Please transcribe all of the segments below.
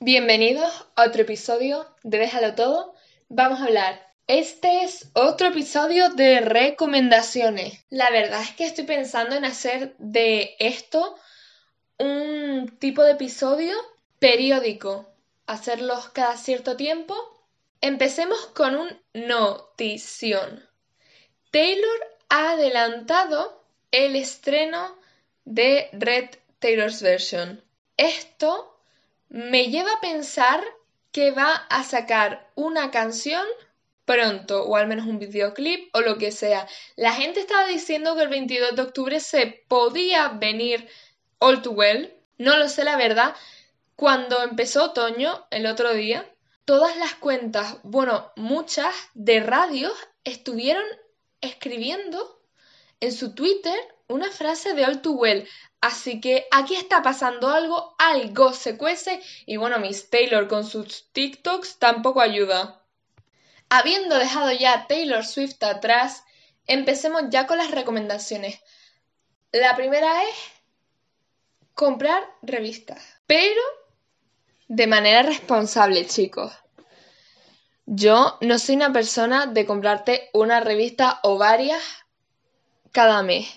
Bienvenidos a otro episodio de Déjalo Todo. Vamos a hablar. Este es otro episodio de recomendaciones. La verdad es que estoy pensando en hacer de esto un tipo de episodio periódico. Hacerlos cada cierto tiempo. Empecemos con un notición. Taylor ha adelantado el estreno de Red Taylor's Version. Esto me lleva a pensar que va a sacar una canción pronto, o al menos un videoclip o lo que sea. La gente estaba diciendo que el 22 de octubre se podía venir All Too Well. No lo sé, la verdad. Cuando empezó otoño, el otro día, todas las cuentas, muchas de radios estuvieron escribiendo en su Twitter una frase de All Too Well. Así que aquí está pasando algo se cuece y Miss Taylor con sus TikToks tampoco ayuda. Habiendo dejado ya Taylor Swift atrás, empecemos ya con las recomendaciones. La primera es comprar revistas, pero de manera responsable, chicos. Yo no soy una persona de comprarte una revista o varias cada mes,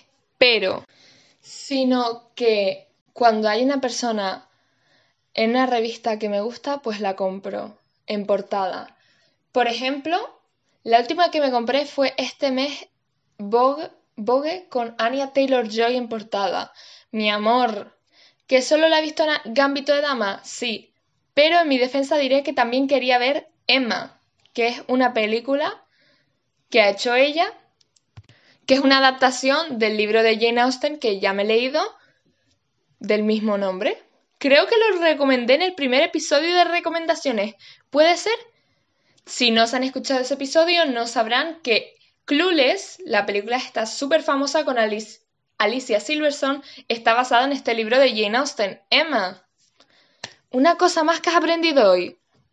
sino que cuando hay una persona en una revista que me gusta, pues la compro en portada. Por ejemplo, la última que me compré fue este mes Vogue con Anya Taylor-Joy en portada. Mi amor, ¿que solo la he visto en Gambito de Dama? Sí, pero en mi defensa diré que también quería ver Emma, que es una película que ha hecho ella, que es una adaptación del libro de Jane Austen que ya me he leído, del mismo nombre. Creo que lo recomendé en el primer episodio de recomendaciones. ¿Puede ser? Si no se han escuchado ese episodio, no sabrán que Clueless, la película está súper famosa con Alicia Silverstone, está basada en este libro de Jane Austen. Emma, una cosa más que has aprendido hoy.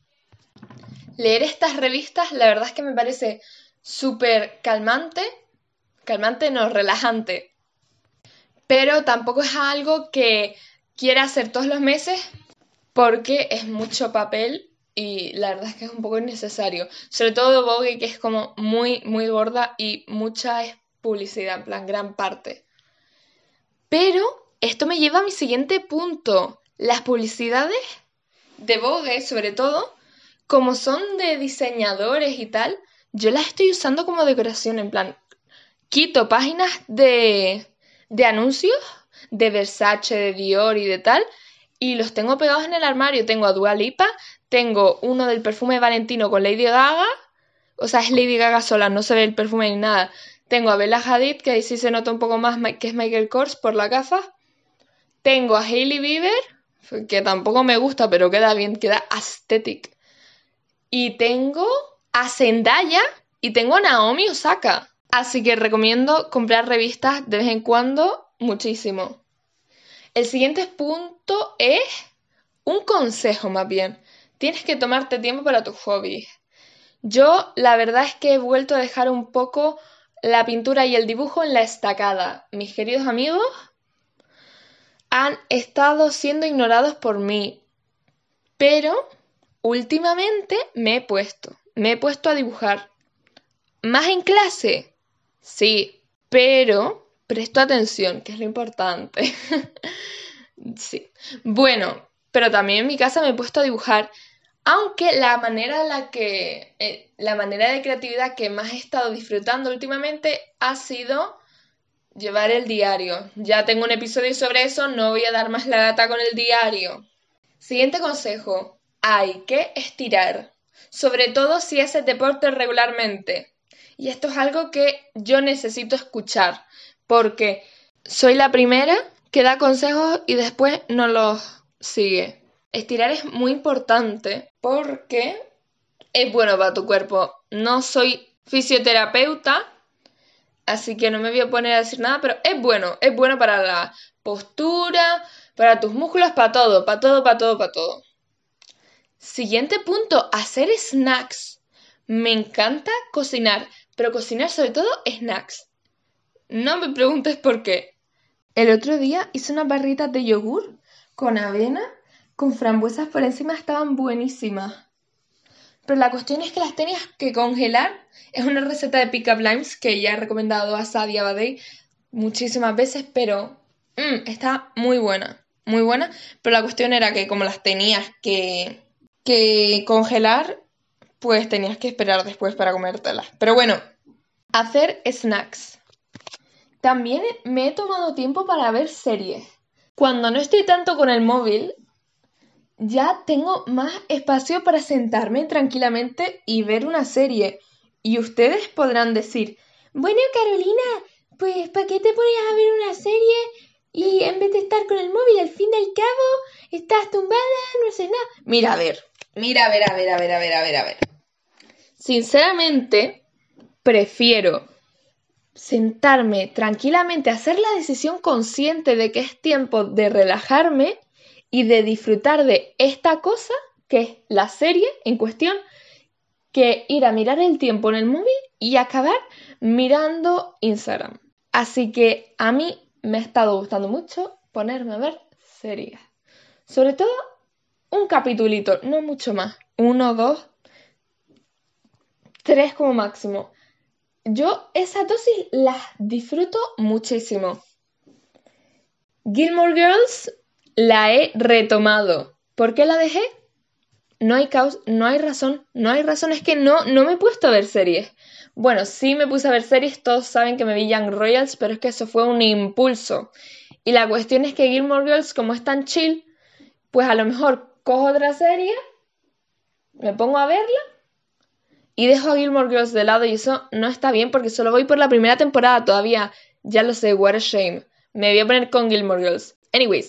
Leer estas revistas, la verdad es que me parece súper calmante no, relajante. Pero tampoco es algo que quiera hacer todos los meses porque es mucho papel y la verdad es que es un poco innecesario. Sobre todo Vogue, que es como muy, muy gorda y mucha es publicidad, en plan, gran parte. Pero esto me lleva a mi siguiente punto. Las publicidades de Vogue, sobre todo, como son de diseñadores y tal, yo las estoy usando como decoración, en plan, quito páginas de anuncios de Versace, de Dior y de tal, y los tengo pegados en el armario. Tengo a Dua Lipa, tengo uno del perfume Valentino con Lady Gaga, o sea, es Lady Gaga sola, no se ve el perfume ni nada. Tengo a Bella Hadid, que ahí sí se nota un poco más que es Michael Kors por la gafa. Tengo a Hailey Bieber, que tampoco me gusta, pero queda bien, queda aesthetic. Y tengo a Zendaya y tengo a Naomi Osaka. Así que recomiendo comprar revistas de vez en cuando muchísimo. El siguiente punto es un consejo más bien. Tienes que tomarte tiempo para tus hobbies. Yo la verdad es que he vuelto a dejar un poco la pintura y el dibujo en la estacada. Mis queridos amigos han estado siendo ignorados por mí. Pero últimamente me he puesto a dibujar. ¿Más en clase? Sí, pero presto atención, que es lo importante. Sí. Bueno, pero también en mi casa me he puesto a dibujar, aunque la manera de creatividad que más he estado disfrutando últimamente ha sido llevar el diario. Ya tengo un episodio sobre eso, no voy a dar más la lata con el diario. Siguiente consejo, hay que estirar, sobre todo si haces deporte regularmente. Y esto es algo que yo necesito escuchar, porque soy la primera que da consejos y después no los sigue. Estirar es muy importante porque es bueno para tu cuerpo. No soy fisioterapeuta, así que no me voy a poner a decir nada, pero es bueno para la postura, para tus músculos, para todo. Siguiente punto, hacer snacks. Me encanta cocinar, pero cocinar sobre todo snacks. No me preguntes por qué. El otro día hice unas barritas de yogur con avena con frambuesas por encima estaban buenísimas. Pero la cuestión es que las tenías que congelar. Es una receta de Pick Up Limes que ya he recomendado a Sadia Badey muchísimas veces, pero está muy buena, muy buena. Pero la cuestión era que como las tenías que congelar, pues tenías que esperar después para comértelas. Pero bueno, hacer snacks. También me he tomado tiempo para ver series. Cuando no estoy tanto con el móvil, ya tengo más espacio para sentarme tranquilamente y ver una serie. Y ustedes podrán decir, bueno, Carolina, pues ¿para qué te pones a ver una serie y en vez de estar con el móvil, al fin y al cabo, estás tumbada, no sé nada? Mira, a ver. Sinceramente, prefiero sentarme tranquilamente, hacer la decisión consciente de que es tiempo de relajarme y de disfrutar de esta cosa, que es la serie en cuestión, que ir a mirar el tiempo en el móvil y acabar mirando Instagram. Así que a mí me ha estado gustando mucho ponerme a ver series. Sobre todo un capitulito, no mucho más. 1, 2, 3 como máximo. Yo esas dosis las disfruto muchísimo. Gilmore Girls la he retomado. ¿Por qué la dejé? No hay razón, es que no me he puesto a ver series. Bueno, sí me puse a ver series, todos saben que me vi Young Royals, pero es que eso fue un impulso. Y la cuestión es que Gilmore Girls, como es tan chill, pues a lo mejor cojo otra serie, me pongo a verla y dejo a Gilmore Girls de lado y eso no está bien porque solo voy por la primera temporada todavía. Ya lo sé, what a shame. Me voy a poner con Gilmore Girls. Anyways,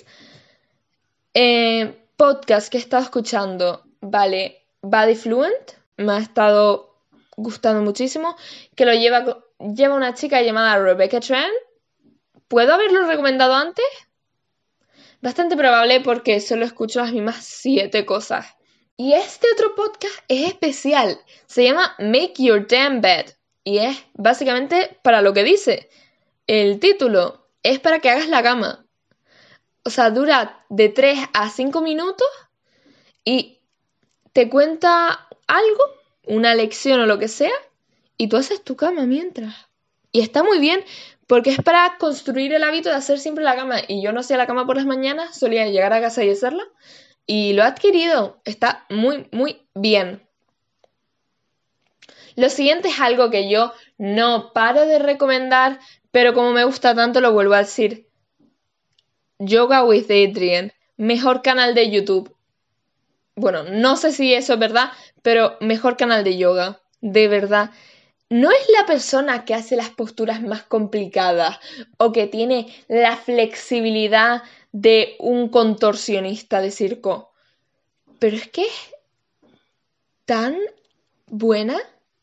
podcast que he estado escuchando, vale, Body Fluent, me ha estado gustando muchísimo, que lo lleva una chica llamada Rebecca Tran. ¿Puedo haberlo recomendado antes? Bastante probable porque solo escucho las mismas 7 cosas. Y este otro podcast es especial, se llama Make Your Damn Bed y es básicamente para lo que dice. El título es para que hagas la cama. O sea, dura de 3 a 5 minutos y te cuenta algo, una lección o lo que sea, y tú haces tu cama mientras. Y está muy bien porque es para construir el hábito de hacer siempre la cama. Y yo no hacía la cama por las mañanas, solía llegar a casa y hacerla. Y lo he adquirido. Está muy, muy bien. Lo siguiente es algo que yo no paro de recomendar, pero como me gusta tanto lo vuelvo a decir. Yoga with Adriene. Mejor canal de YouTube. Bueno, no sé si eso es verdad, pero mejor canal de yoga. De verdad. No es la persona que hace las posturas más complicadas o que tiene la flexibilidad de un contorsionista de circo. Pero es que es tan buena,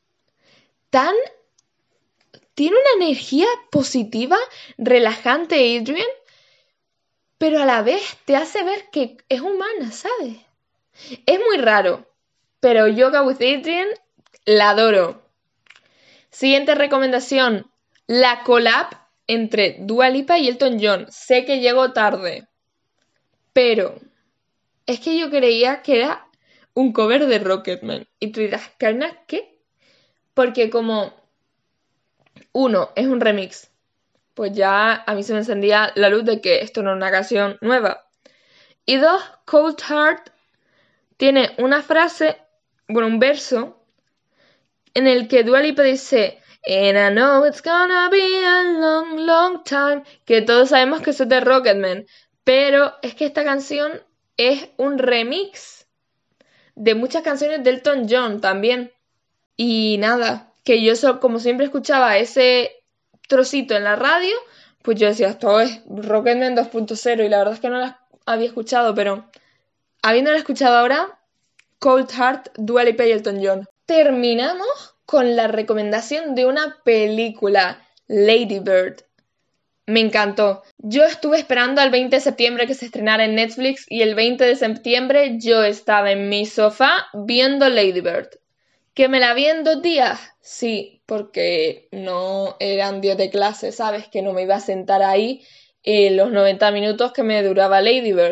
tiene una energía positiva, relajante Adriene, pero a la vez te hace ver que es humana, ¿sabes? Es muy raro, pero Yoga with Adriene la adoro. Siguiente recomendación, la collab entre Dua Lipa y Elton John. Sé que llegó tarde, pero es que yo creía que era un cover de Rocketman. Y tú dirás, ¿Karina qué? Porque como uno, es un remix, pues ya a mí se me encendía la luz de que esto no es una canción nueva. Y dos, Cold Heart tiene una frase, bueno, un verso, en el que Dua Lipa dice And I know it's gonna be a long, long time, que todos sabemos que eso es de Rocketman, pero es que esta canción es un remix de muchas canciones de Elton John también. Y nada, que yo como siempre escuchaba ese trocito en la radio, pues yo decía, esto es Rocketman 2.0 y la verdad es que no la había escuchado, pero habiéndola escuchado ahora, Cold Heart, Dua Lipa y Elton John. Terminamos con la recomendación de una película, Lady Bird. Me encantó. Yo estuve esperando al 20 de septiembre que se estrenara en Netflix y el 20 de septiembre yo estaba en mi sofá viendo Lady Bird. ¿Que me la vi en 2 días? Sí, porque no eran días de clase, ¿sabes? Que no me iba a sentar ahí los 90 minutos que me duraba Lady Bird.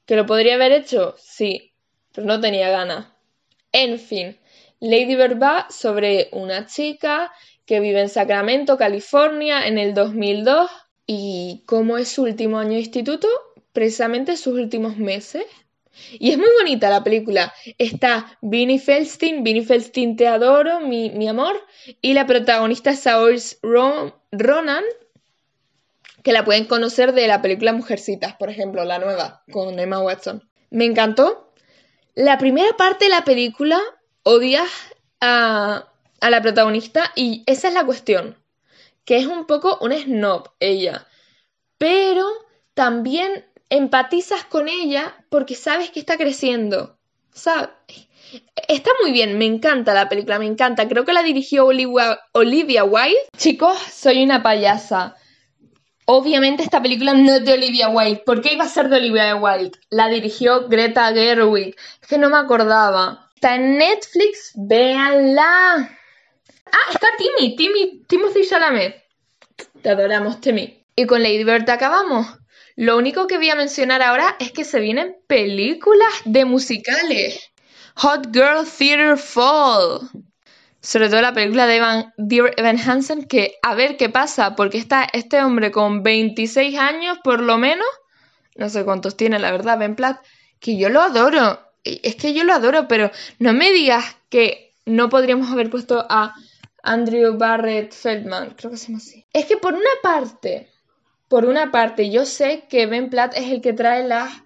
¿Que lo podría haber hecho? Sí, pero no tenía ganas. En fin, Lady Bird va sobre una chica que vive en Sacramento, California, en el 2002. ¿Y cómo es su último año de instituto? Precisamente sus últimos meses. Y es muy bonita la película. Está Vinnie Feldstein, te adoro, mi amor. Y la protagonista es Saoirse Ronan, que la pueden conocer de la película Mujercitas, por ejemplo, la nueva, con Emma Watson. Me encantó. La primera parte de la película odias a la protagonista y esa es la cuestión, que es un poco un snob ella, pero también empatizas con ella porque sabes que está creciendo, ¿sabes? Está muy bien, me encanta la película, me encanta. Creo que la dirigió Olivia Wilde. Chicos, soy una payasa. Obviamente esta película no es de Olivia Wilde. ¿Por qué iba a ser de Olivia Wilde? La dirigió Greta Gerwig. Es que no me acordaba. Está en Netflix, véanla. Ah, está Timothée Chalamet. Te adoramos, Timmy. Y con Lady Bird acabamos. Lo único que voy a mencionar ahora es que se vienen películas de musicales. Hot Girl Theater Fall. Sobre todo la película de Dear Evan Hansen, que a ver qué pasa, porque está este hombre con 26 años por lo menos, no sé cuántos tiene la verdad, Ben Platt, que yo lo adoro, es que yo lo adoro, pero no me digas que no podríamos haber puesto a Andrew Barrett Feldman, creo que se llama así. Es que por una parte, yo sé que Ben Platt es el que trae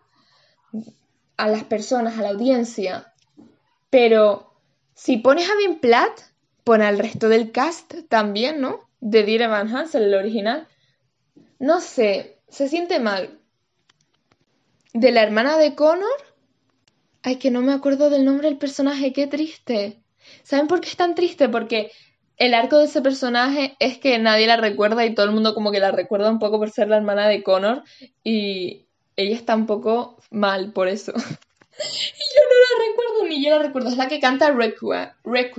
a las personas, a la audiencia, pero si pones a Ben Platt, pon al resto del cast también, ¿no? De Dear Evan Hansen, el original. No sé, se siente mal. De la hermana de Connor. Ay, que no me acuerdo del nombre del personaje, qué triste. ¿Saben por qué es tan triste? Porque el arco de ese personaje es que nadie la recuerda y todo el mundo como que la recuerda un poco por ser la hermana de Connor y ella está un poco mal por eso. Y yo no la recuerdo, ni yo la recuerdo. Es la que canta Requiem.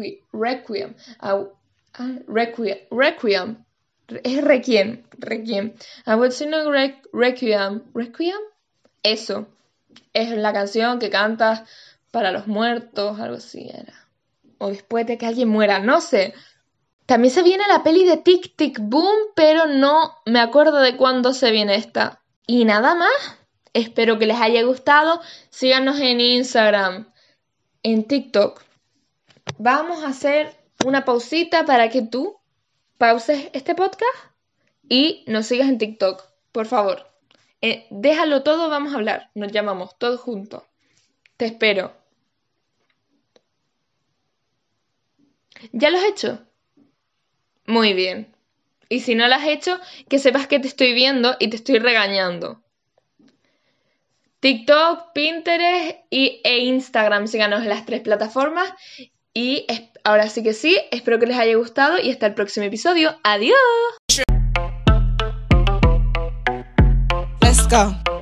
Es Requiem. I would sing a Requiem. ¿Requiem? Eso. Es la canción que cantas para los muertos, algo así era. O después de que alguien muera, no sé. También se viene la peli de Tic Tic Boom, pero no me acuerdo de cuándo se viene esta. Y nada más. Espero que les haya gustado. Síganos en Instagram, en TikTok. Vamos a hacer una pausita para que tú pauses este podcast y nos sigas en TikTok, por favor. Déjalo todo, vamos a hablar. Nos llamamos todos juntos. Te espero. ¿Ya lo has hecho? Muy bien. Y si no lo has hecho, que sepas que te estoy viendo y te estoy regañando. TikTok, Pinterest e Instagram. Síganos en las 3 plataformas. Y ahora sí que sí, espero que les haya gustado y hasta el próximo episodio. ¡Adiós! Let's go.